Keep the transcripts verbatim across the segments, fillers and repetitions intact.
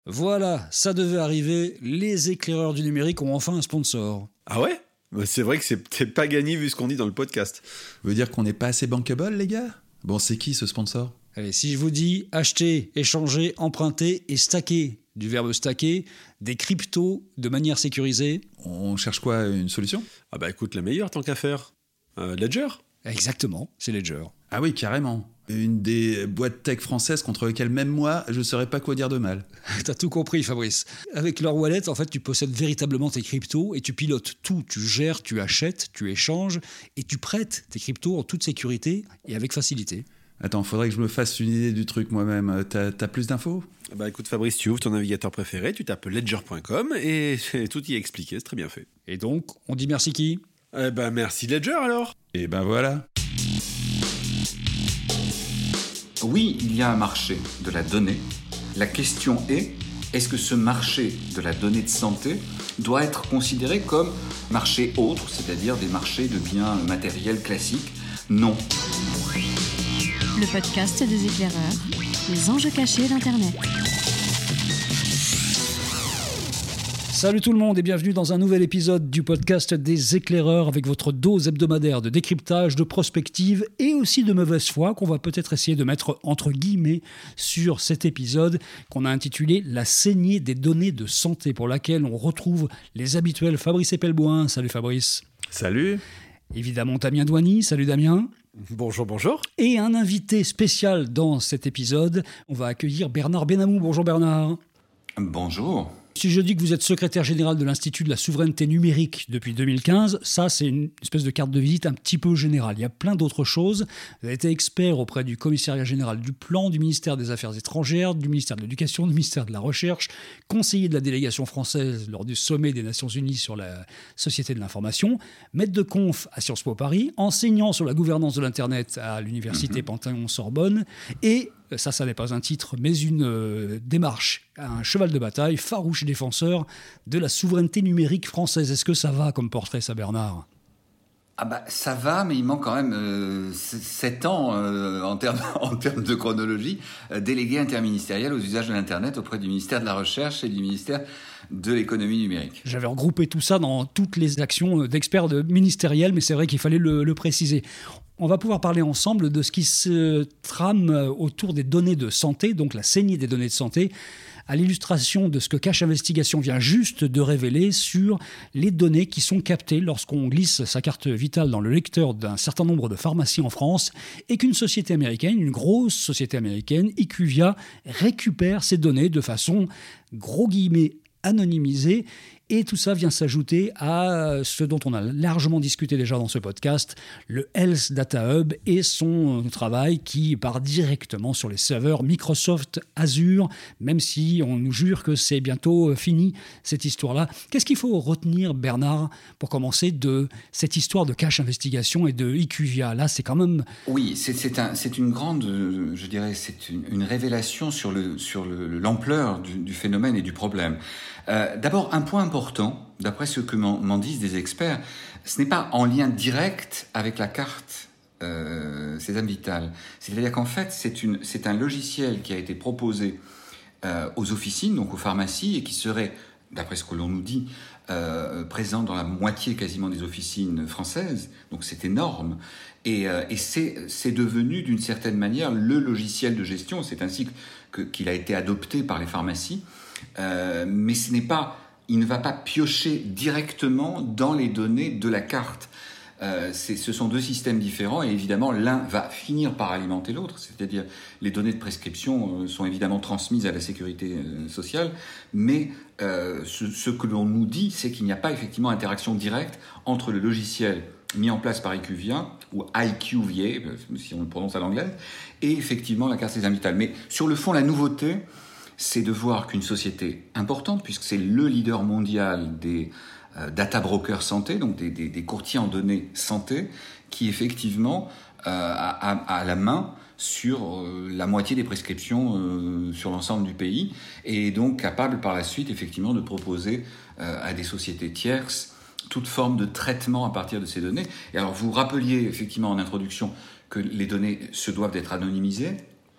Voilà, ça devait arriver, les éclaireurs du numérique ont enfin un sponsor. Ah ouais ? Bah c'est vrai que c'est peut-être pas gagné vu ce qu'on dit dans le podcast. Veut dire qu'on n'est pas assez bankable, les gars ? Bon, c'est qui ce sponsor ? Allez, si je vous dis acheter, échanger, emprunter et stacker, du verbe stacker, des cryptos de manière sécurisée. On cherche quoi, une solution ? Ah bah écoute, la meilleure tant qu'à faire. Euh, Ledger ? Exactement, c'est Ledger. Ah oui, carrément. Une des boîtes tech françaises contre lesquelles même moi, je ne saurais pas quoi dire de mal. T'as tout compris, Fabrice. Avec leur wallet, en fait, tu possèdes véritablement tes cryptos et tu pilotes tout. Tu gères, tu achètes, tu échanges et tu prêtes tes cryptos en toute sécurité et avec facilité. Attends, faudrait que je me fasse une idée du truc moi-même. T'as, t'as plus d'infos ? Bah écoute Fabrice, tu ouvres ton navigateur préféré, tu tapes ledger point com et tout y est expliqué, c'est très bien fait. Et donc, on dit merci qui ? Eh ben merci Ledger alors. Et ben voilà. Oui, il y a un marché de la donnée. La question est, est-ce que ce marché de la donnée de santé doit être considéré comme marché autre, c'est-à-dire des marchés de biens matériels classiques ? Non. Le podcast des éclaireurs, les enjeux cachés d'Internet. Salut tout le monde et bienvenue dans un nouvel épisode du podcast des éclaireurs avec votre dose hebdomadaire de décryptage, de prospective et aussi de mauvaise foi qu'on va peut-être essayer de mettre entre guillemets sur cet épisode qu'on a intitulé « La saignée des données de santé » pour laquelle on retrouve les habituels Fabrice Epelboin. Salut Fabrice. Salut. Évidemment Damien Douany. Salut Damien. Bonjour, bonjour. Et un invité spécial dans cet épisode, on va accueillir Bernard Benamou. Bonjour Bernard. Bonjour. Si je dis que vous êtes secrétaire général de l'Institut de la souveraineté numérique depuis deux mille quinze, ça c'est une espèce de carte de visite un petit peu générale. Il y a plein d'autres choses. Vous avez été expert auprès du commissariat général du plan, du ministère des Affaires étrangères, du ministère de l'Éducation, du ministère de la Recherche, conseiller de la délégation française lors du sommet des Nations Unies sur la société de l'information, maître de conf à Sciences Po Paris, enseignant sur la gouvernance de l'Internet à l'université mmh. Panthéon-Sorbonne et ça, ça n'est pas un titre, mais une euh, démarche, un cheval de bataille, farouche défenseur de la souveraineté numérique française. Est-ce que ça va comme portrait, ça, Bernard ? Ah bah ça va, mais il manque quand même euh, sept ans euh, en termes en termes de chronologie, euh, délégué interministériel aux usages de l'Internet auprès du ministère de la Recherche et du ministère de l'économie numérique. J'avais regroupé tout ça dans toutes les actions d'experts de ministériels, mais c'est vrai qu'il fallait le, le préciser. On va pouvoir parler ensemble de ce qui se trame autour des données de santé, donc la saignée des données de santé, à l'illustration de ce que Cache Investigation vient juste de révéler sur les données qui sont captées lorsqu'on glisse sa carte vitale dans le lecteur d'un certain nombre de pharmacies en France et qu'une société américaine, une grosse société américaine, IQVIA, récupère ces données de façon, gros guillemets, anonymisée. Et tout ça vient s'ajouter à ce dont on a largement discuté déjà dans ce podcast, le Health Data Hub et son travail qui part directement sur les serveurs Microsoft Azure, même si on nous jure que c'est bientôt fini, cette histoire-là. Qu'est-ce qu'il faut retenir, Bernard, pour commencer, de cette histoire de Cache Investigation et de IQVIA ? Là, c'est quand même... Oui, c'est, c'est, un, c'est une grande, je dirais, c'est une, une révélation sur, le, sur le, l'ampleur du, du phénomène et du problème. Euh, d'abord, un point important, d'après ce que m'en, m'en disent des experts, ce n'est pas en lien direct avec la carte euh, Sésame Vital. C'est-à-dire qu'en fait, c'est, une, c'est un logiciel qui a été proposé euh, aux officines, donc aux pharmacies, et qui serait, d'après ce que l'on nous dit, euh, présent dans la moitié quasiment des officines françaises. Donc c'est énorme. Et, euh, et c'est, c'est devenu d'une certaine manière le logiciel de gestion. C'est ainsi que, qu'il a été adopté par les pharmacies. Euh, mais ce n'est pas, il ne va pas piocher directement dans les données de la carte. Euh, c'est, ce sont deux systèmes différents et évidemment l'un va finir par alimenter l'autre, c'est-à-dire les données de prescription euh, sont évidemment transmises à la sécurité euh, sociale, mais euh, ce, ce que l'on nous dit, c'est qu'il n'y a pas effectivement interaction directe entre le logiciel mis en place par IQVIA, ou IQVIA, si on le prononce à l'anglaise, et effectivement la carte Sésame Vital. Mais sur le fond, la nouveauté, c'est de voir qu'une société importante, puisque c'est le leader mondial des euh, data brokers santé, donc des, des, des courtiers en données santé, qui effectivement euh, a, a la main sur euh, la moitié des prescriptions euh, sur l'ensemble du pays, et est donc capable par la suite effectivement de proposer euh, à des sociétés tierces toute forme de traitement à partir de ces données. Et alors vous rappeliez effectivement en introduction que les données se doivent d'être anonymisées.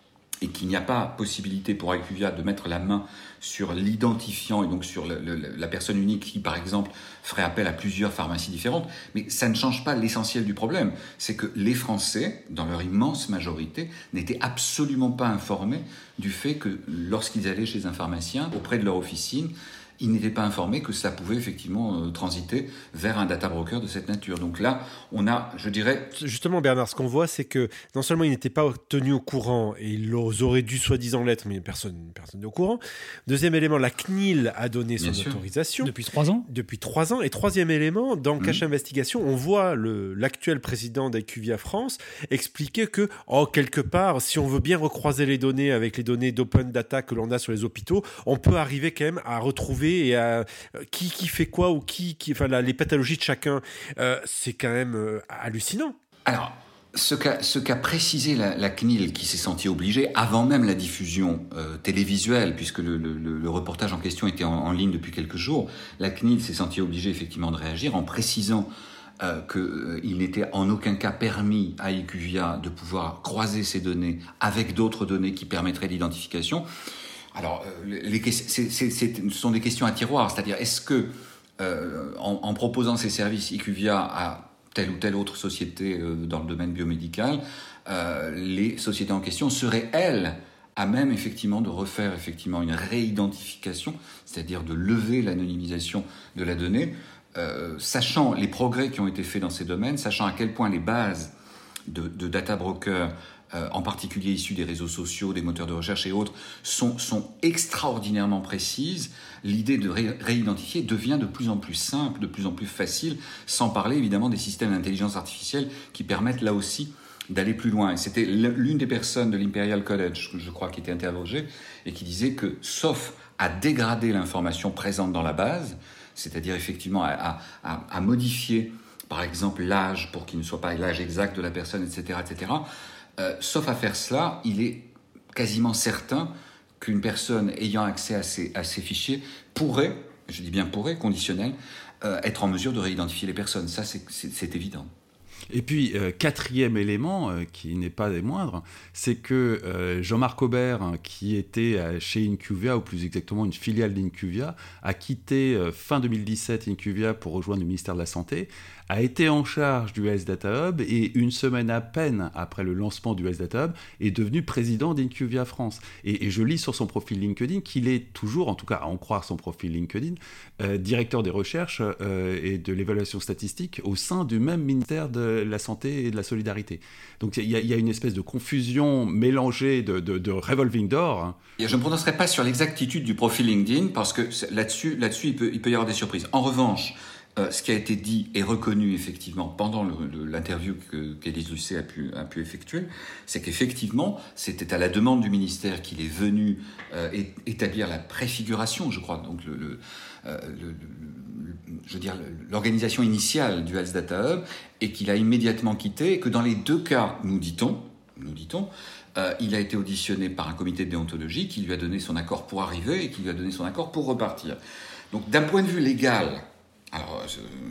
et qu'il n'y a pas possibilité pour IQVIA de mettre la main sur l'identifiant et donc sur le, le, la personne unique qui, par exemple, ferait appel à plusieurs pharmacies différentes. Mais ça ne change pas l'essentiel du problème. C'est que les Français, dans leur immense majorité, n'étaient absolument pas informés du fait que lorsqu'ils allaient chez un pharmacien, auprès de leur officine, ils n'étaient pas informés que ça pouvait effectivement euh, transiter vers un data broker de cette nature. Donc là, on a, je dirais... Justement, Bernard, ce qu'on voit, c'est que non seulement ils n'étaient pas tenus au courant, et ils auraient dû soi-disant l'être, mais personne personne n'est au courant. Deuxième élément, la C N I L a donné son Bien autorisation. Sûr. Depuis trois ans Depuis trois ans. Et troisième élément, dans Mmh. Cache Investigation, on voit le, l'actuel président d'IQVIA France expliquer que, oh, quelque part, si on veut bien recroiser les données avec les données d'open data que l'on a sur les hôpitaux, on peut arriver quand même à retrouver et à qui, qui fait quoi ou qui, qui enfin, la, les pathologies de chacun. Euh, c'est quand même euh, hallucinant. Alors, ce qu'a, ce qu'a précisé la, la C N I L, qui s'est sentie obligée, avant même la diffusion euh, télévisuelle, puisque le, le, le reportage en question était en, en ligne depuis quelques jours, la C N I L s'est sentie obligée effectivement de réagir en précisant euh, qu'il euh, n'était en aucun cas permis à IQVIA de pouvoir croiser ces données avec d'autres données qui permettraient l'identification. Alors, euh, les, c'est, c'est, c'est, ce sont des questions à tiroir, c'est-à-dire est-ce que, euh, en, en proposant ces services IQVIA à telle ou telle autre société euh, dans le domaine biomédical, euh, les sociétés en question seraient, elles, à même effectivement de refaire effectivement une réidentification, c'est-à-dire de lever l'anonymisation de la donnée, euh, sachant les progrès qui ont été faits dans ces domaines, sachant à quel point les bases de, de data brokers, Euh, en particulier issus des réseaux sociaux, des moteurs de recherche et autres, sont, sont extraordinairement précises. L'idée de ré- réidentifier devient de plus en plus simple, de plus en plus facile, sans parler évidemment des systèmes d'intelligence artificielle qui permettent là aussi d'aller plus loin. Et c'était l'une des personnes de l'Imperial College, je crois, qui était interrogée, et qui disait que, sauf à dégrader l'information présente dans la base, c'est-à-dire effectivement à, à, à modifier, par exemple, l'âge pour qu'il ne soit pas l'âge exact de la personne, et cetera, et cetera, Euh, sauf à faire cela, il est quasiment certain qu'une personne ayant accès à ces, à ces fichiers pourrait, je dis bien pourrait, conditionnel, euh, être en mesure de réidentifier les personnes. Ça, c'est, c'est, c'est évident. Et puis, euh, quatrième élément, euh, qui n'est pas des moindres, c'est que euh, Jean-Marc Aubert, hein, qui était euh, chez IQVIA, ou plus exactement une filiale d'IQVIA, a quitté euh, fin deux mille dix-sept IQVIA pour rejoindre le ministère de la Santé, a été en charge du Health Data Hub, et une semaine à peine après le lancement du Health Data Hub, est devenu président d'IQVIA France. Et, et je lis sur son profil LinkedIn qu'il est toujours, en tout cas à en croire son profil LinkedIn, euh, directeur des recherches euh, et de l'évaluation statistique au sein du même ministère de la Santé et de la Solidarité. Donc il y, y a une espèce de confusion mélangée de, de, de revolving door. Hein. Et je ne me prononcerai pas sur l'exactitude du profil LinkedIn, parce que là-dessus, là-dessus il, peut, il peut y avoir des surprises. En revanche, Euh, ce qui a été dit et reconnu effectivement pendant le, le, l'interview que, qu'Élise Lucet a pu, a pu effectuer, c'est qu'effectivement, c'était à la demande du ministère qu'il est venu euh, é- établir la préfiguration, je crois, donc le, le, euh, le, le, le je veux dire, l'organisation initiale du Health Data Hub, et qu'il a immédiatement quitté, et que dans les deux cas, nous dit-on, nous dit-on, euh, il a été auditionné par un comité de déontologie qui lui a donné son accord pour arriver et qui lui a donné son accord pour repartir. Donc d'un point de vue légal, alors,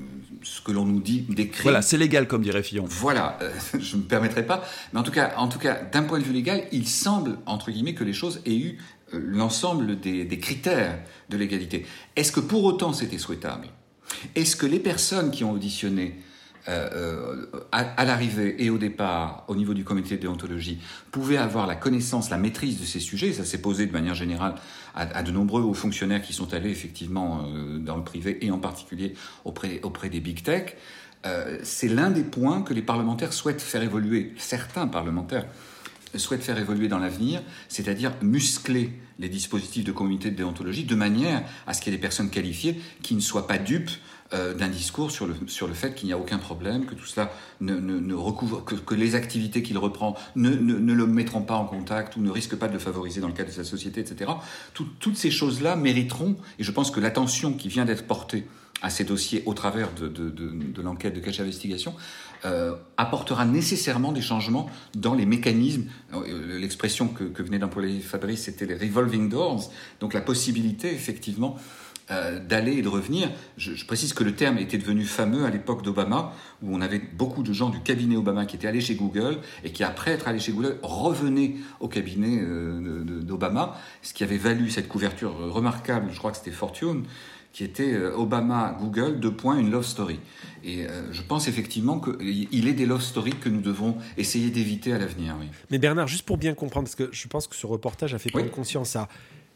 ce que l'on nous dit, décrit... Voilà, c'est légal, comme dirait Fillon. Voilà, euh, je ne me permettrai pas. Mais en tout cas, en tout cas, d'un point de vue légal, il semble, entre guillemets, que les choses aient eu euh, l'ensemble des, des critères de légalité. Est-ce que pour autant c'était souhaitable ? Est-ce que les personnes qui ont auditionné euh, euh, à, à l'arrivée et au départ, au niveau du comité de déontologie, pouvaient avoir la connaissance, la maîtrise de ces sujets ? Ça s'est posé de manière générale à, à de nombreux hauts fonctionnaires qui sont allés effectivement euh, dans le privé, et en particulier auprès, auprès des big tech. Euh, c'est l'un des points que les parlementaires souhaitent faire évoluer, certains parlementaires souhaitent faire évoluer dans l'avenir, c'est-à-dire muscler les dispositifs de comité de déontologie de manière à ce qu'il y ait des personnes qualifiées qui ne soient pas dupes euh, d'un discours sur le, sur le fait qu'il n'y a aucun problème, que tout cela ne, ne, ne recouvre, que, que les activités qu'il reprend ne, ne, ne le mettront pas en contact ou ne risquent pas de le favoriser dans le cadre de sa société, et cetera. Tout, toutes ces choses-là mériteront, et je pense que l'attention qui vient d'être portée à ces dossiers au travers de, de, de, de l'enquête de Cache Investigation euh, apportera nécessairement des changements dans les mécanismes. L'expression que, que venait d'employer Fabrice, c'était les revolving doors, donc la possibilité effectivement euh, d'aller et de revenir. Je, je précise que le terme était devenu fameux à l'époque d'Obama, où on avait beaucoup de gens du cabinet Obama qui étaient allés chez Google et qui, après être allés chez Google, revenaient au cabinet euh, de, de, d'Obama, ce qui avait valu cette couverture remarquable, je crois que c'était Fortune, qui était euh, Obama, Google, deux points, une love story. Et euh, je pense effectivement qu'il est des love stories que nous devons essayer d'éviter à l'avenir. Oui. Mais Bernard, juste pour bien comprendre, parce que je pense que ce reportage a fait prendre oui. conscience à,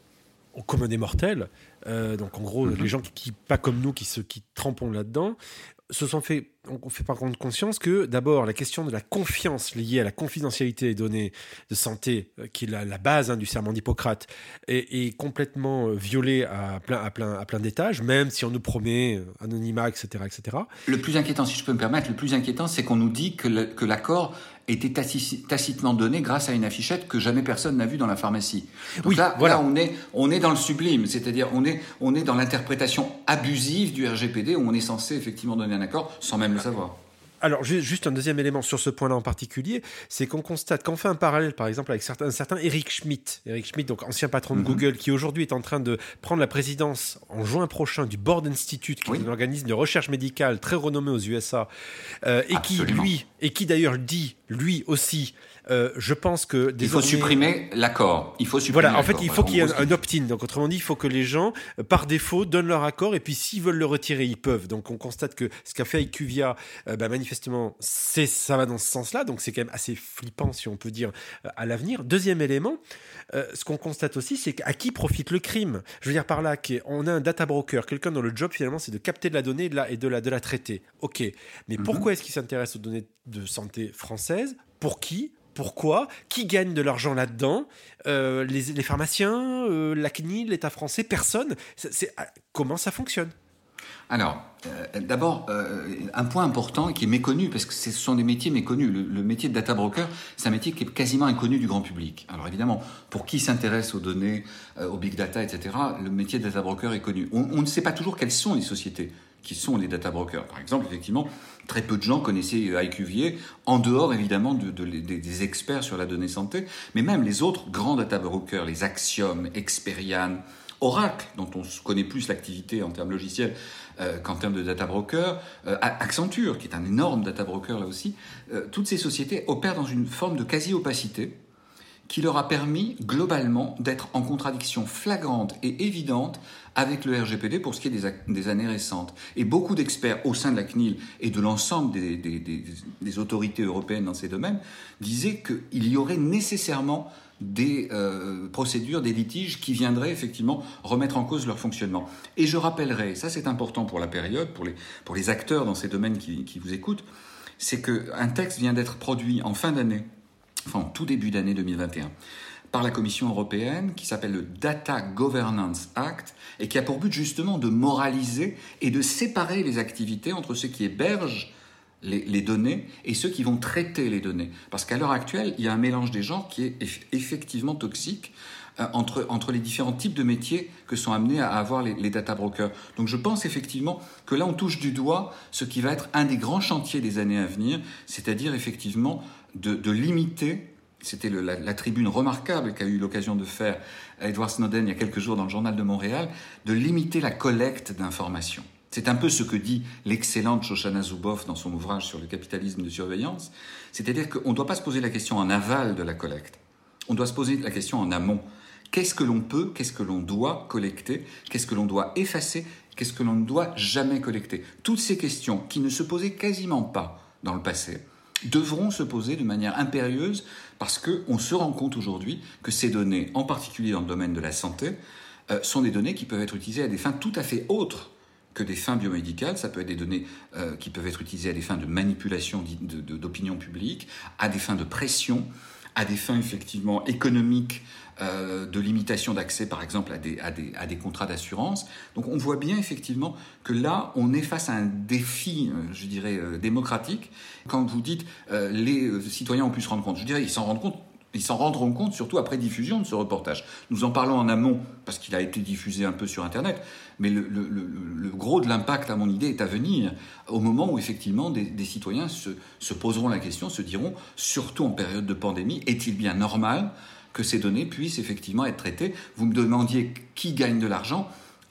au commun des mortels, euh, donc en gros, mm-hmm. les gens qui, qui, pas comme nous, qui, se, qui trempons là-dedans, se sont fait, on fait par contre conscience que d'abord la question de la confiance liée à la confidentialité des données de santé, qui est la, la base hein, du serment d'Hippocrate, est, est complètement violée à plein, à plein, à plein d'étages, même si on nous promet anonymat, et cetera, et cetera. Le plus inquiétant, si je peux me permettre, le plus inquiétant, c'est qu'on nous dit que, le, que l'accord était tacitement donné grâce à une affichette que jamais personne n'a vue dans la pharmacie. Donc oui, là, voilà. là on, est, on est dans le sublime, c'est-à-dire on est, on est dans l'interprétation abusive du R G P D où on est censé effectivement donner un accord sans même le savoir. Alors, juste un deuxième élément sur ce point-là en particulier, c'est qu'on constate qu'on fait un parallèle, par exemple, avec certains, un certain Eric Schmidt, Eric Schmidt, donc ancien patron de mm-hmm. Google, qui aujourd'hui est en train de prendre la présidence en juin prochain du Board Institute, qui oui. est un organisme de recherche médicale très renommé aux U S A, euh, et qui lui, et qui d'ailleurs dit, lui aussi, Euh, je pense que désormais... Il faut supprimer l'accord. Il faut supprimer voilà, en l'accord. fait, il faut voilà, qu'il y ait un, un opt-in. Donc, autrement dit, il faut que les gens, par défaut, donnent leur accord et puis s'ils veulent le retirer, ils peuvent. Donc, on constate que ce qu'a fait IQVIA, euh, bah, manifestement, c'est, ça va dans ce sens-là. Donc, c'est quand même assez flippant, si on peut dire, euh, à l'avenir. Deuxième élément, euh, ce qu'on constate aussi, c'est à qui profite le crime. Je veux dire par là qu'on a un data broker, quelqu'un dont le job, finalement, c'est de capter de la donnée et de la, et de la, de la traiter. OK. Mais mm-hmm. pourquoi est-ce qu'il s'intéresse aux données de santé françaises ? Pour qui ? Pourquoi ? Qui gagne de l'argent là-dedans ? euh, les, les pharmaciens, euh, la C N I L, l'État français, personne. C'est, c'est, comment ça fonctionne ? Alors, euh, d'abord, euh, un point important qui est méconnu, parce que ce sont des métiers méconnus. Le, le métier de data broker, c'est un métier qui est quasiment inconnu du grand public. Alors évidemment, pour qui s'intéresse aux données, euh, aux big data, et cetera, le métier de data broker est connu. On, on ne sait pas toujours quelles sont les sociétés qui sont les data brokers. Par exemple, effectivement, très peu de gens connaissaient IQVIA, en dehors évidemment de, de, de, des experts sur la donnée santé, mais même les autres grands data brokers, les Axiom, Experian, Oracle, dont on connaît plus l'activité en termes logiciels euh, qu'en termes de data broker, euh, Accenture, qui est un énorme data broker là aussi, euh, toutes ces sociétés opèrent dans une forme de quasi-opacité qui leur a permis globalement d'être en contradiction flagrante et évidente avec le R G P D pour ce qui est des, des années récentes. Et beaucoup d'experts au sein de la C N I L et de l'ensemble des, des, des, des autorités européennes dans ces domaines disaient qu'il y aurait nécessairement des euh, procédures, des litiges qui viendraient effectivement remettre en cause leur fonctionnement. Et je rappellerai, ça c'est important pour la période, pour les, pour les acteurs dans ces domaines qui, qui vous écoutent, c'est qu'un texte vient d'être produit en fin d'année, enfin en tout début d'année deux mille vingt et un, par la Commission européenne, qui s'appelle le Data Governance Act, et qui a pour but justement de moraliser et de séparer les activités entre ceux qui hébergent les, les données et ceux qui vont traiter les données. Parce qu'à l'heure actuelle, il y a un mélange des genres qui est eff- effectivement toxique euh, entre, entre les différents types de métiers que sont amenés à avoir les, les data brokers. Donc je pense effectivement que là, on touche du doigt ce qui va être un des grands chantiers des années à venir, c'est-à-dire effectivement de, de limiter... C'était le, la, la tribune remarquable qu'a eu l'occasion de faire Edward Snowden il y a quelques jours dans le Journal de Montréal, de limiter la collecte d'informations. C'est un peu ce que dit l'excellente Shoshana Zuboff dans son ouvrage sur le capitalisme de surveillance. C'est-à-dire qu'on ne doit pas se poser la question en aval de la collecte. On doit se poser la question en amont. Qu'est-ce que l'on peut, qu'est-ce que l'on doit collecter, qu'est-ce que l'on doit effacer, qu'est-ce que l'on ne doit jamais collecter. Toutes ces questions qui ne se posaient quasiment pas dans le passé devront se poser de manière impérieuse parce qu'on se rend compte aujourd'hui que ces données, en particulier dans le domaine de la santé, euh, sont des données qui peuvent être utilisées à des fins tout à fait autres que des fins biomédicales. Ça peut être des données euh, qui peuvent être utilisées à des fins de manipulation de, de, d'opinion publique, à des fins de pression, à des fins effectivement économiques, euh, de limitation d'accès par exemple à des, à, des, à des contrats d'assurance. Donc on voit bien effectivement que là on est face à un défi, euh, je dirais, euh, démocratique. Quand vous dites euh, les euh, citoyens ont pu se rendre compte, je dirais ils s'en rendent compte. Ils s'en rendront compte surtout après diffusion de ce reportage. Nous en parlons en amont parce qu'il a été diffusé un peu sur Internet, mais le, le, le, le gros de l'impact, à mon idée, est à venir au moment où effectivement des, des citoyens se, se poseront la question, se diront, surtout en période de pandémie, est-il bien normal que ces données puissent effectivement être traitées ? Vous me demandiez qui gagne de l'argent ?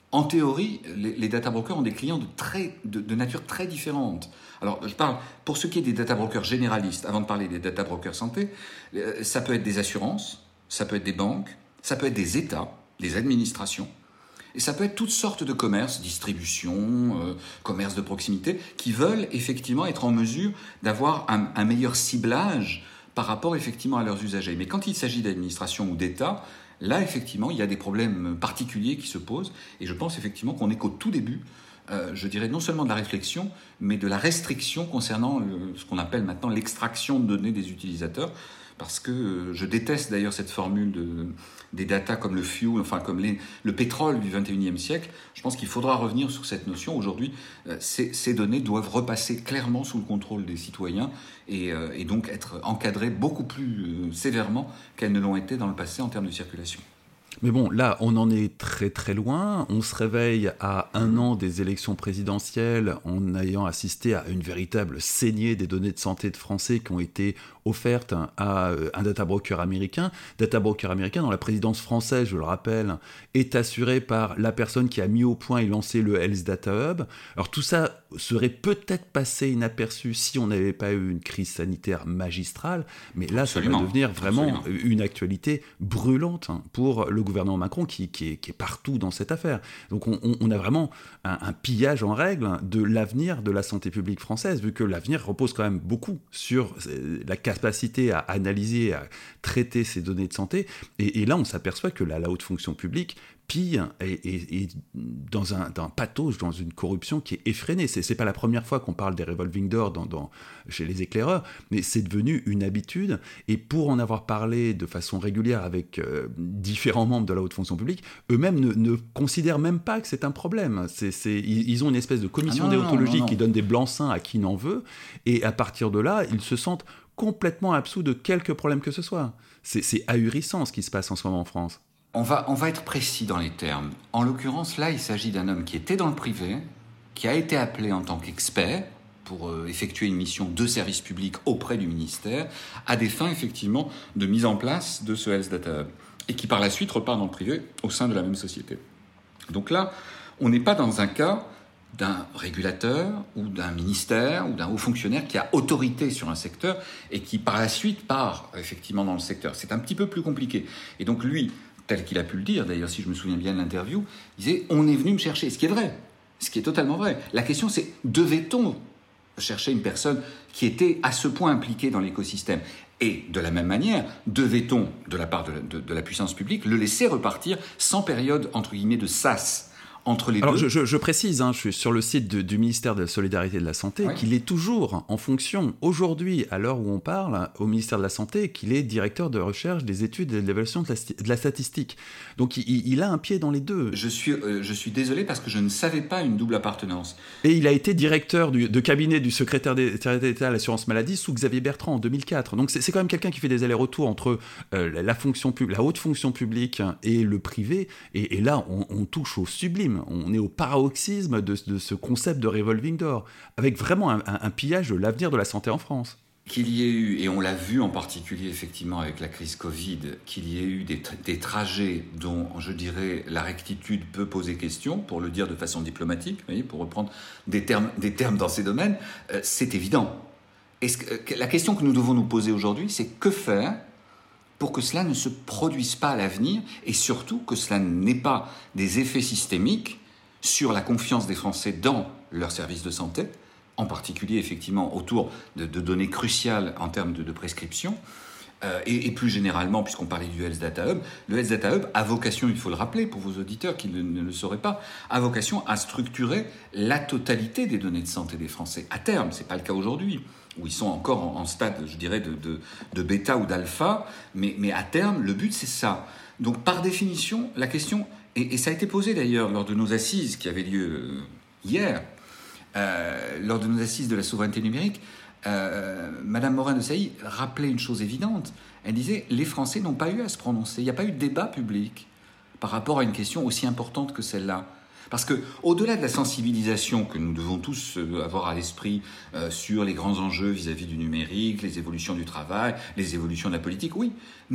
En théorie, les, les data brokers ont des clients de, très, de, de nature très différente. Alors, je parle, pour ce qui est des data brokers généralistes, avant de parler des data brokers santé, ça peut être des assurances, ça peut être des banques, ça peut être des États, des administrations, et ça peut être toutes sortes de commerces, distribution, euh, commerces de proximité, qui veulent effectivement être en mesure d'avoir un, un meilleur ciblage par rapport effectivement à leurs usagers. Mais quand il s'agit d'administration ou d'État, là, effectivement, il y a des problèmes particuliers qui se posent, et je pense effectivement qu'on est qu'au tout début, euh, je dirais non seulement de la réflexion, mais de la restriction concernant le, ce qu'on appelle maintenant l'extraction de données des utilisateurs, parce que euh, je déteste d'ailleurs cette formule de, des data comme le fuel, enfin comme les, le pétrole du vingt et unième siècle. Je pense qu'il faudra revenir sur cette notion. Aujourd'hui, euh, ces, ces données doivent repasser clairement sous le contrôle des citoyens et, euh, et donc être encadrées beaucoup plus euh, sévèrement qu'elles ne l'ont été dans le passé en termes de circulation. Mais bon, là, on en est très très loin. On se réveille à un an des élections présidentielles en ayant assisté à une véritable saignée des données de santé de Français qui ont été offertes à un data broker américain. Data broker américain dont la présidence française, je le rappelle, est assurée par la personne qui a mis au point et lancé le Health Data Hub. Alors tout ça serait peut-être passé inaperçu si on n'avait pas eu une crise sanitaire magistrale, mais là, Absolument. Ça va devenir vraiment Absolument. Une actualité brûlante pour le gouvernement Macron qui, qui, est, qui est partout dans cette affaire. Donc on, on a vraiment un, un pillage en règle de l'avenir de la santé publique française, vu que l'avenir repose quand même beaucoup sur la capacité à analyser, à traiter ces données de santé. Et, et là, on s'aperçoit que la, la haute fonction publique pille et, et, et dans un, dans un pathos, dans une corruption qui est effrénée. C'est, c'est pas la première fois qu'on parle des revolving doors dans, dans, chez les éclaireurs, mais c'est devenu une habitude. Et pour en avoir parlé de façon régulière avec euh, différents membres de la haute fonction publique, eux-mêmes ne, ne considèrent même pas que c'est un problème. C'est, c'est, ils, ils ont une espèce de commission ah non, déontologie non, non, non. qui donne des blancs-seings à qui n'en veut, et à partir de là, ils se sentent complètement absous de quelque problème que ce soit. C'est, c'est ahurissant ce qui se passe en ce moment en France. On va, on va être précis dans les termes. En l'occurrence, là, il s'agit d'un homme qui était dans le privé, qui a été appelé en tant qu'expert pour euh, effectuer une mission de service public auprès du ministère, à des fins, effectivement, de mise en place de ce Health Data Hub, et qui, par la suite, repart dans le privé au sein de la même société. Donc là, on n'est pas dans un cas d'un régulateur ou d'un ministère ou d'un haut fonctionnaire qui a autorité sur un secteur et qui, par la suite, part, effectivement, dans le secteur. C'est un petit peu plus compliqué. Et donc, lui, tel qu'il a pu le dire, d'ailleurs, si je me souviens bien de l'interview, il disait « on est venu me chercher », ce qui est vrai, ce qui est totalement vrai. La question, c'est devait-on chercher une personne qui était à ce point impliquée dans l'écosystème ? Et de la même manière, devait-on, de la part de la, de, de la puissance publique, le laisser repartir sans période, entre guillemets, de sas entre les Alors deux. je, je, je précise, hein, je suis sur le site de, du ministère de la Solidarité et de la Santé, oui. qu'il est toujours en fonction, aujourd'hui, à l'heure où on parle, au ministère de la Santé, qu'il est directeur de recherche, des études et de l'évaluation de la, de la statistique. Donc il, il a un pied dans les deux. Je suis, euh, je suis désolé parce que je ne savais pas une double appartenance. Et il a été directeur du, de cabinet du secrétaire d'État à l'assurance maladie sous Xavier Bertrand en deux mille quatre. Donc c'est, c'est quand même quelqu'un qui fait des allers-retours entre euh, la, fonction pub, la haute fonction publique et le privé. Et, et là, on, on touche au sublime. On est au paroxysme de, de ce concept de revolving door, avec vraiment un, un, un pillage de l'avenir de la santé en France. Qu'il y ait eu, et on l'a vu en particulier effectivement avec la crise Covid, qu'il y ait eu des, tra- des trajets dont, je dirais, la rectitude peut poser question, pour le dire de façon diplomatique, vous voyez, pour reprendre des termes, des termes dans ces domaines, euh, c'est évident. Est-ce que, la question que nous devons nous poser aujourd'hui, c'est que faire pour que cela ne se produise pas à l'avenir et surtout que cela n'ait pas des effets systémiques sur la confiance des Français dans leurs services de santé, en particulier effectivement autour de, de données cruciales en termes de, de prescription, euh, et, et plus généralement, puisqu'on parlait du Health Data Hub, le Health Data Hub a vocation, il faut le rappeler pour vos auditeurs qui ne, ne le sauraient pas, a vocation à structurer la totalité des données de santé des Français. À terme, ce n'est pas le cas aujourd'hui, où ils sont encore en, en stade, je dirais, de, de, de bêta ou d'alpha, mais, mais à terme, le but, c'est ça. Donc, par définition, la question, et, et ça a été posé d'ailleurs lors de nos assises qui avaient lieu hier, euh, lors de nos assises de la souveraineté numérique, euh, Madame Morin-Desailly rappelait une chose évidente. Elle disait, les Français n'ont pas eu à se prononcer, il n'y a pas eu de débat public par rapport à une question aussi importante que celle-là. Parce que, au-delà de la sensibilisation que nous devons tous avoir à l'esprit euh, sur les grands enjeux vis-à-vis du numérique, les évolutions du travail, les évolutions de la politique, oui, mais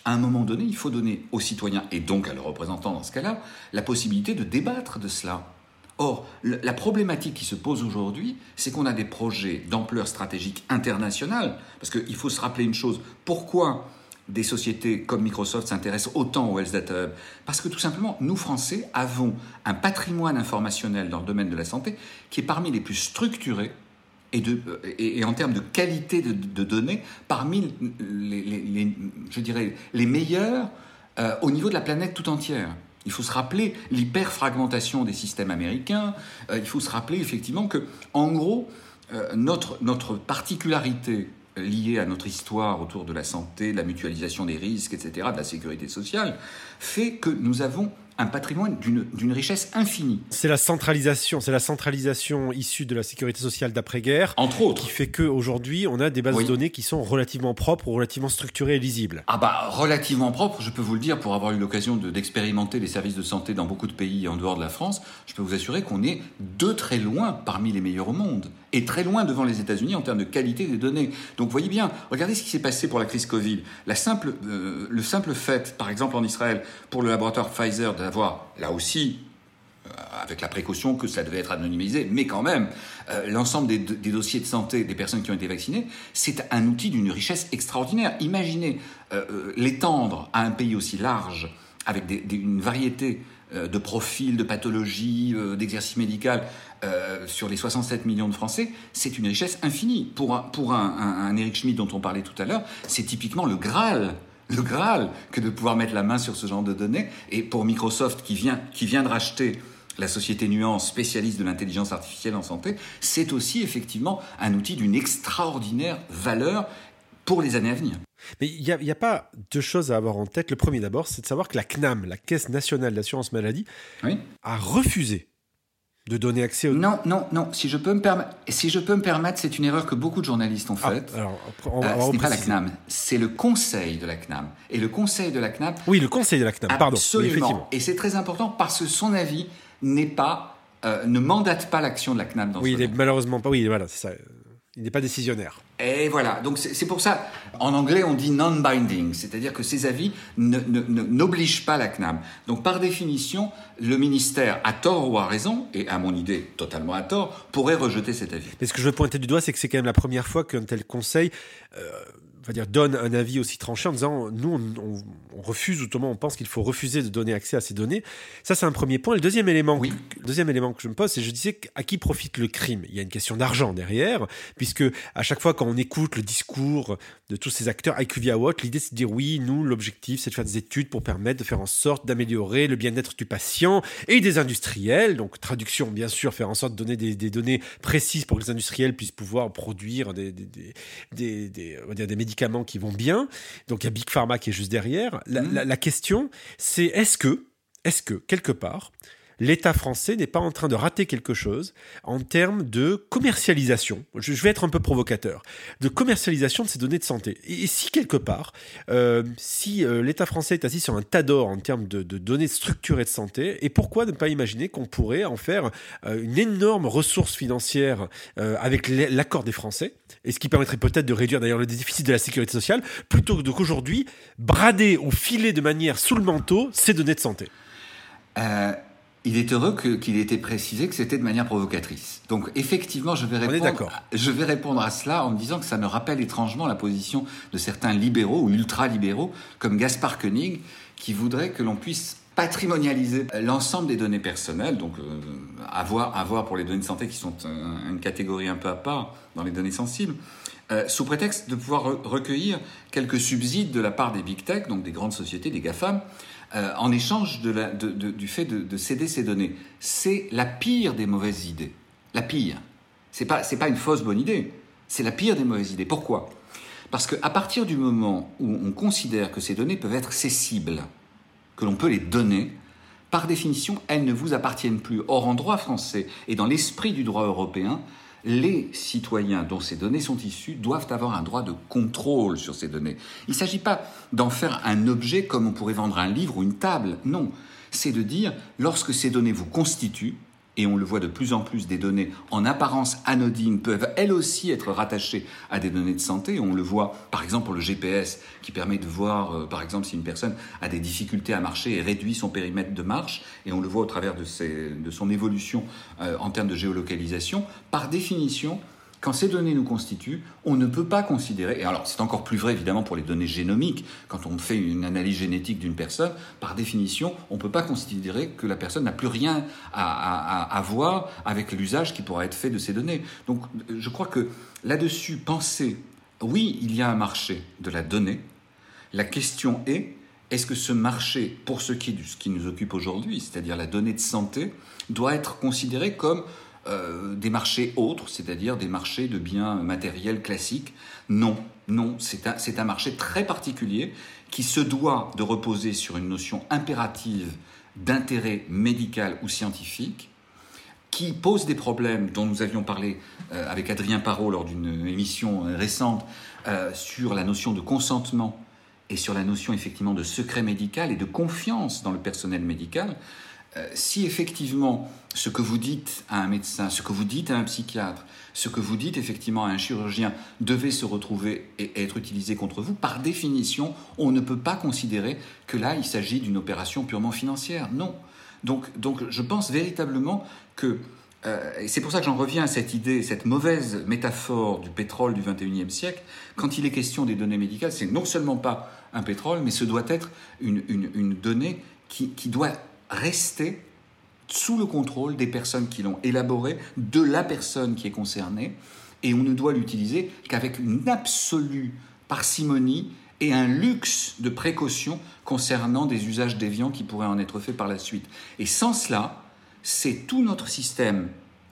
à un moment donné, il faut donner aux citoyens, et donc à leurs représentants dans ce cas-là, la possibilité de débattre de cela. Or, la problématique qui se pose aujourd'hui, c'est qu'on a des projets d'ampleur stratégique internationale, parce qu'il faut se rappeler une chose, pourquoi des sociétés comme Microsoft s'intéressent autant au Health Data Hub? Parce que tout simplement, nous Français avons un patrimoine informationnel dans le domaine de la santé qui est parmi les plus structurés et, de, et, et en termes de qualité de, de données, parmi les, les, les, je dirais, les meilleurs euh, au niveau de la planète tout entière. Il faut se rappeler l'hyperfragmentation des systèmes américains. Euh, il faut se rappeler effectivement que, en gros, euh, notre, notre particularité liée à notre histoire autour de la santé, de la mutualisation des risques, et cetera, de la sécurité sociale, fait que nous avons un patrimoine d'une, d'une richesse infinie. C'est la centralisation, c'est la centralisation issue de la sécurité sociale d'après-guerre, entre autres, qui fait qu'aujourd'hui, on a des bases oui. de données qui sont relativement propres, relativement structurées et lisibles. Ah bah, relativement propres, je peux vous le dire, pour avoir eu l'occasion de, d'expérimenter les services de santé dans beaucoup de pays en dehors de la France, je peux vous assurer qu'on est de très loin parmi les meilleurs au monde, et très loin devant les États-Unis en termes de qualité des données. Donc, voyez bien, regardez ce qui s'est passé pour la crise Covid. La simple, euh, le simple fait, par exemple en Israël, pour le laboratoire Pfizer, d'avoir, là aussi, euh, avec la précaution que ça devait être anonymisé, mais quand même, euh, l'ensemble des, des dossiers de santé des personnes qui ont été vaccinées, c'est un outil d'une richesse extraordinaire. Imaginez euh, euh, l'étendre à un pays aussi large, avec des, des, une variété euh, de profils, de pathologies, euh, d'exercices médicaux, euh, sur les soixante-sept millions de Français, c'est une richesse infinie. Pour un, pour un, un, un Eric Schmidt dont on parlait tout à l'heure, c'est typiquement le Graal. Le Graal que de pouvoir mettre la main sur ce genre de données. Et pour Microsoft, qui vient, qui vient de racheter la société Nuance, spécialiste de l'intelligence artificielle en santé, c'est aussi effectivement un outil d'une extraordinaire valeur pour les années à venir. Mais il n'y a, a pas deux choses à avoir en tête. Le premier d'abord, c'est de savoir que la C N A M, la Caisse nationale d'assurance maladie, oui. a refusé de donner accès au... Non, non, non. Si je peux me permettre, si je peux me permettre, c'est une erreur que beaucoup de journalistes ont faite. Ah, alors, on va, euh, on va ce n'est pas la C N A M, c'est le conseil de la C N A M. Et le conseil de la C N A M... Oui, le conseil de la C N A M, pardon. Absolument. Et c'est très important parce que son avis n'est pas, euh, ne mandate pas l'action de la C N A M dans oui, ce il est domaine. Malheureusement pas. Oui, voilà, c'est ça. Il n'est pas décisionnaire. Et voilà, donc c'est, c'est pour ça, en anglais on dit non-binding, c'est-à-dire que ces avis ne, ne, ne, n'obligent pas la C N A M. Donc par définition, le ministère, à tort ou à raison, et à mon idée totalement à tort, pourrait rejeter cet avis. Mais ce que je veux pointer du doigt, c'est que c'est quand même la première fois qu'un tel conseil... Euh, on va dire, donne un avis aussi tranché en disant nous, on, on, on refuse, ou tout le monde, on pense qu'il faut refuser de donner accès à ces données. Ça, c'est un premier point. Le deuxième élément, oui. que, le deuxième élément que je me pose, c'est je disais à qui profite le crime. Il y a une question d'argent derrière, puisque à chaque fois quand on écoute le discours de tous ces acteurs, I Q V I A Watch, l'idée c'est de dire oui, nous, l'objectif c'est de faire des études pour permettre de faire en sorte d'améliorer le bien-être du patient et des industriels. Donc, traduction, bien sûr, faire en sorte de donner des, des données précises pour que les industriels puissent pouvoir produire des, des, des, des, des, on va dire des médicaments qui vont bien. Donc il y a Big Pharma qui est juste derrière. La, mmh. la, la question, c'est est-ce que, est-ce que quelque part, l'État français n'est pas en train de rater quelque chose en termes de commercialisation, je, je vais être un peu provocateur, de commercialisation de ces données de santé. Et, et si quelque part, euh, si euh, l'État français est assis sur un tas d'or en termes de, de données structurées de santé, et pourquoi ne pas imaginer qu'on pourrait en faire euh, une énorme ressource financière euh, avec l'accord des Français, et ce qui permettrait peut-être de réduire d'ailleurs le déficit de la sécurité sociale, plutôt que qu'aujourd'hui brader ou filer de manière sous le manteau ces données de santé. Euh... Il est heureux que, qu'il ait été précisé que c'était de manière provocatrice. Donc, effectivement, je vais répondre, je vais répondre à cela en me disant que ça me rappelle étrangement la position de certains libéraux ou ultra-libéraux, comme Gaspard Koenig, qui voudraient que l'on puisse patrimonialiser l'ensemble des données personnelles, donc euh, avoir, avoir pour les données de santé qui sont un, une catégorie un peu à part dans les données sensibles, euh, sous prétexte de pouvoir re- recueillir quelques subsides de la part des big tech, donc des grandes sociétés, des GAFAM, Euh, en échange de la, de, de, du fait de, de céder ces données. C'est la pire des mauvaises idées. La pire. C'est pas, c'est pas une fausse bonne idée. C'est la pire des mauvaises idées. Pourquoi ? Parce qu'à partir du moment où on considère que ces données peuvent être cessibles, que l'on peut les donner, par définition, elles ne vous appartiennent plus. Or, en droit français et dans l'esprit du droit européen, les citoyens dont ces données sont issues doivent avoir un droit de contrôle sur ces données. Il ne s'agit pas d'en faire un objet comme on pourrait vendre un livre ou une table. Non, c'est de dire, lorsque ces données vous constituent, et on le voit de plus en plus, des données en apparence anodines peuvent elles aussi être rattachées à des données de santé. On le voit par exemple pour le G P S qui permet de voir euh, par exemple si une personne a des difficultés à marcher et réduit son périmètre de marche, et on le voit au travers de, ses, de son évolution euh, en termes de géolocalisation. Par définition, quand ces données nous constituent, on ne peut pas considérer, et alors c'est encore plus vrai évidemment pour les données génomiques, quand on fait une analyse génétique d'une personne, par définition, on ne peut pas considérer que la personne n'a plus rien à, à, à voir avec l'usage qui pourra être fait de ces données. Donc je crois que là-dessus, penser, oui, il y a un marché de la donnée. La question est, est-ce que ce marché, pour ce qui, ce qui nous occupe aujourd'hui, c'est-à-dire la donnée de santé, doit être considéré comme Euh, des marchés autres, c'est-à-dire des marchés de biens matériels classiques? Non, non, c'est un, c'est un marché très particulier qui se doit de reposer sur une notion impérative d'intérêt médical ou scientifique, qui pose des problèmes dont nous avions parlé euh, avec Adrien Parot lors d'une émission récente euh, sur la notion de consentement et sur la notion effectivement de secret médical et de confiance dans le personnel médical. Euh, si effectivement ce que vous dites à un médecin, ce que vous dites à un psychiatre, ce que vous dites effectivement à un chirurgien devait se retrouver et être utilisé contre vous, par définition, on ne peut pas considérer que là, il s'agit d'une opération purement financière. Non. Donc, donc je pense véritablement que, euh, et c'est pour ça que j'en reviens à cette idée, cette mauvaise métaphore du pétrole du vingt et unième siècle, quand il est question des données médicales, c'est non seulement pas un pétrole, mais ce doit être une, une, une donnée qui, qui doit rester sous le contrôle des personnes qui l'ont élaboré, de la personne qui est concernée, et on ne doit l'utiliser qu'avec une absolue parcimonie et un luxe de précaution concernant des usages déviants qui pourraient en être faits par la suite. Et sans cela, c'est tout notre système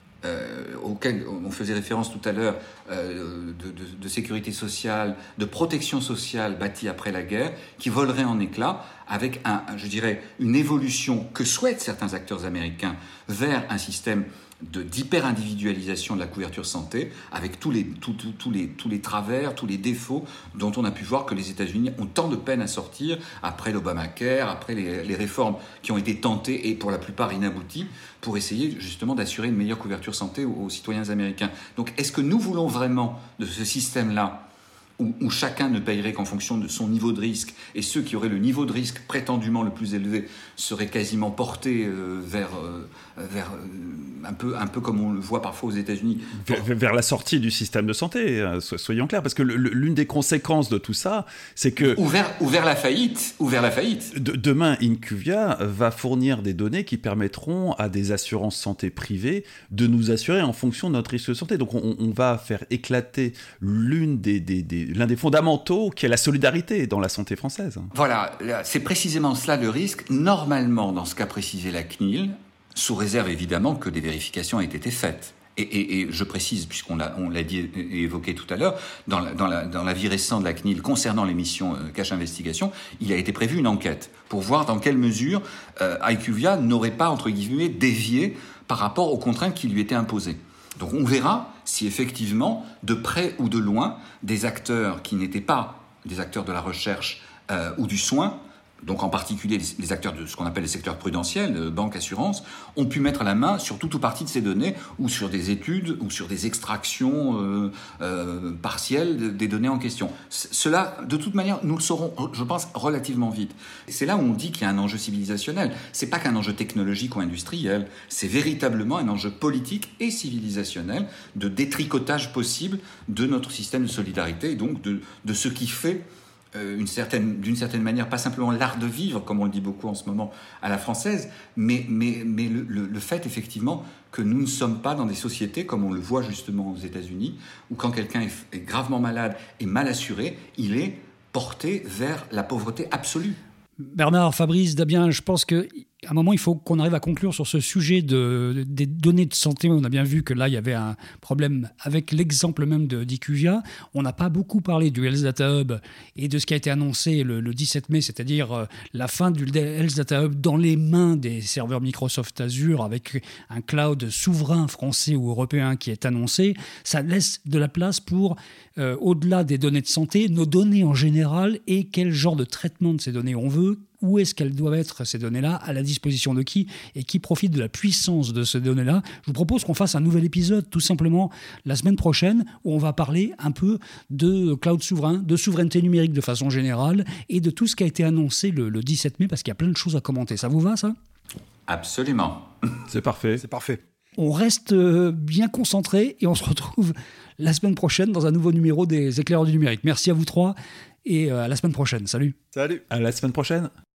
Euh, auquel on faisait référence tout à l'heure, euh, de, de, de sécurité sociale, de protection sociale bâtie après la guerre, qui volerait en éclats avec, un, je dirais, une évolution que souhaitent certains acteurs américains vers un système de, d'hyper-individualisation de la couverture santé, avec tous les, tous, tous, tous, les, tous les travers, tous les défauts dont on a pu voir que les États-Unis ont tant de peine à sortir après l'Obamacare, après les, les réformes qui ont été tentées et pour la plupart inabouties, pour essayer justement d'assurer une meilleure couverture santé aux, aux citoyens américains. Donc est-ce que nous voulons vraiment de ce système-là où, où chacun ne payerait qu'en fonction de son niveau de risque, et ceux qui auraient le niveau de risque prétendument le plus élevé seraient quasiment portés euh, vers, euh, vers euh, un, peu, un peu comme on le voit parfois aux États-Unis. Vers, vers la sortie du système de santé, euh, soyons clairs, parce que le, le, l'une des conséquences de tout ça, c'est que... Ou vers, ou vers la faillite, ou vers la faillite. De, demain, IQVIA va fournir des données qui permettront à des assurances santé privées de nous assurer en fonction de notre risque de santé. Donc on, on va faire éclater l'une des, des, des l'un des fondamentaux qui est la solidarité dans la santé française. Voilà, c'est précisément cela le risque. Normalement, dans ce qu'a précisé la C N I L, sous réserve évidemment que des vérifications aient été faites. Et, et, et je précise, puisqu'on l'a, on l'a dit et évoqué tout à l'heure, dans, la, dans, la, dans l'avis récent de la C N I L concernant les missions euh, Cache Investigation, il a été prévu une enquête pour voir dans quelle mesure euh, IQVIA n'aurait pas, entre guillemets, dévié par rapport aux contraintes qui lui étaient imposées. Donc on verra si effectivement, de près ou de loin, des acteurs qui n'étaient pas des acteurs de la recherche euh, ou du soin, donc en particulier les, les acteurs de ce qu'on appelle les secteurs prudentiels, euh, banque, assurance, ont pu mettre la main sur tout ou partie de ces données, ou sur des études, ou sur des extractions euh, euh, partielles de, des données en question. C- cela, de toute manière, nous le saurons, je pense, relativement vite. Et c'est là où on dit qu'il y a un enjeu civilisationnel. C'est pas qu'un enjeu technologique ou industriel, c'est véritablement un enjeu politique et civilisationnel de détricotage possible de notre système de solidarité, et donc de, de ce qui fait Une certaine, d'une certaine manière, pas simplement l'art de vivre, comme on le dit beaucoup en ce moment à la française, mais, mais, mais le, le, le fait, effectivement, que nous ne sommes pas dans des sociétés, comme on le voit justement aux États-Unis, où quand quelqu'un est, est gravement malade et mal assuré, il est porté vers la pauvreté absolue. Bernard, Fabrice, Damien, je pense qu'à un moment, il faut qu'on arrive à conclure sur ce sujet de, de, des données de santé. On a bien vu que là, il y avait un problème avec l'exemple même de, d'IQVIA. On n'a pas beaucoup parlé du Health Data Hub et de ce qui a été annoncé le, le dix-sept mai, c'est-à-dire euh, la fin du Health Data Hub dans les mains des serveurs Microsoft Azure avec un cloud souverain français ou européen qui est annoncé. Ça laisse de la place pour, euh, au-delà des données de santé, nos données en général et quel genre de traitement de ces données on veut. Où est-ce qu'elles doivent être, ces données-là, à la disposition de qui et qui profite de la puissance de ces données-là? Je vous propose qu'on fasse un nouvel épisode, tout simplement, la semaine prochaine, où on va parler un peu de cloud souverain, de souveraineté numérique de façon générale, et de tout ce qui a été annoncé le, le dix-sept mai, parce qu'il y a plein de choses à commenter. Ça vous va, ça? Absolument. C'est parfait. C'est parfait. On reste bien concentré et on se retrouve la semaine prochaine dans un nouveau numéro des Éclaireurs du numérique. Merci à vous trois et à la semaine prochaine. Salut. Salut. À la semaine prochaine.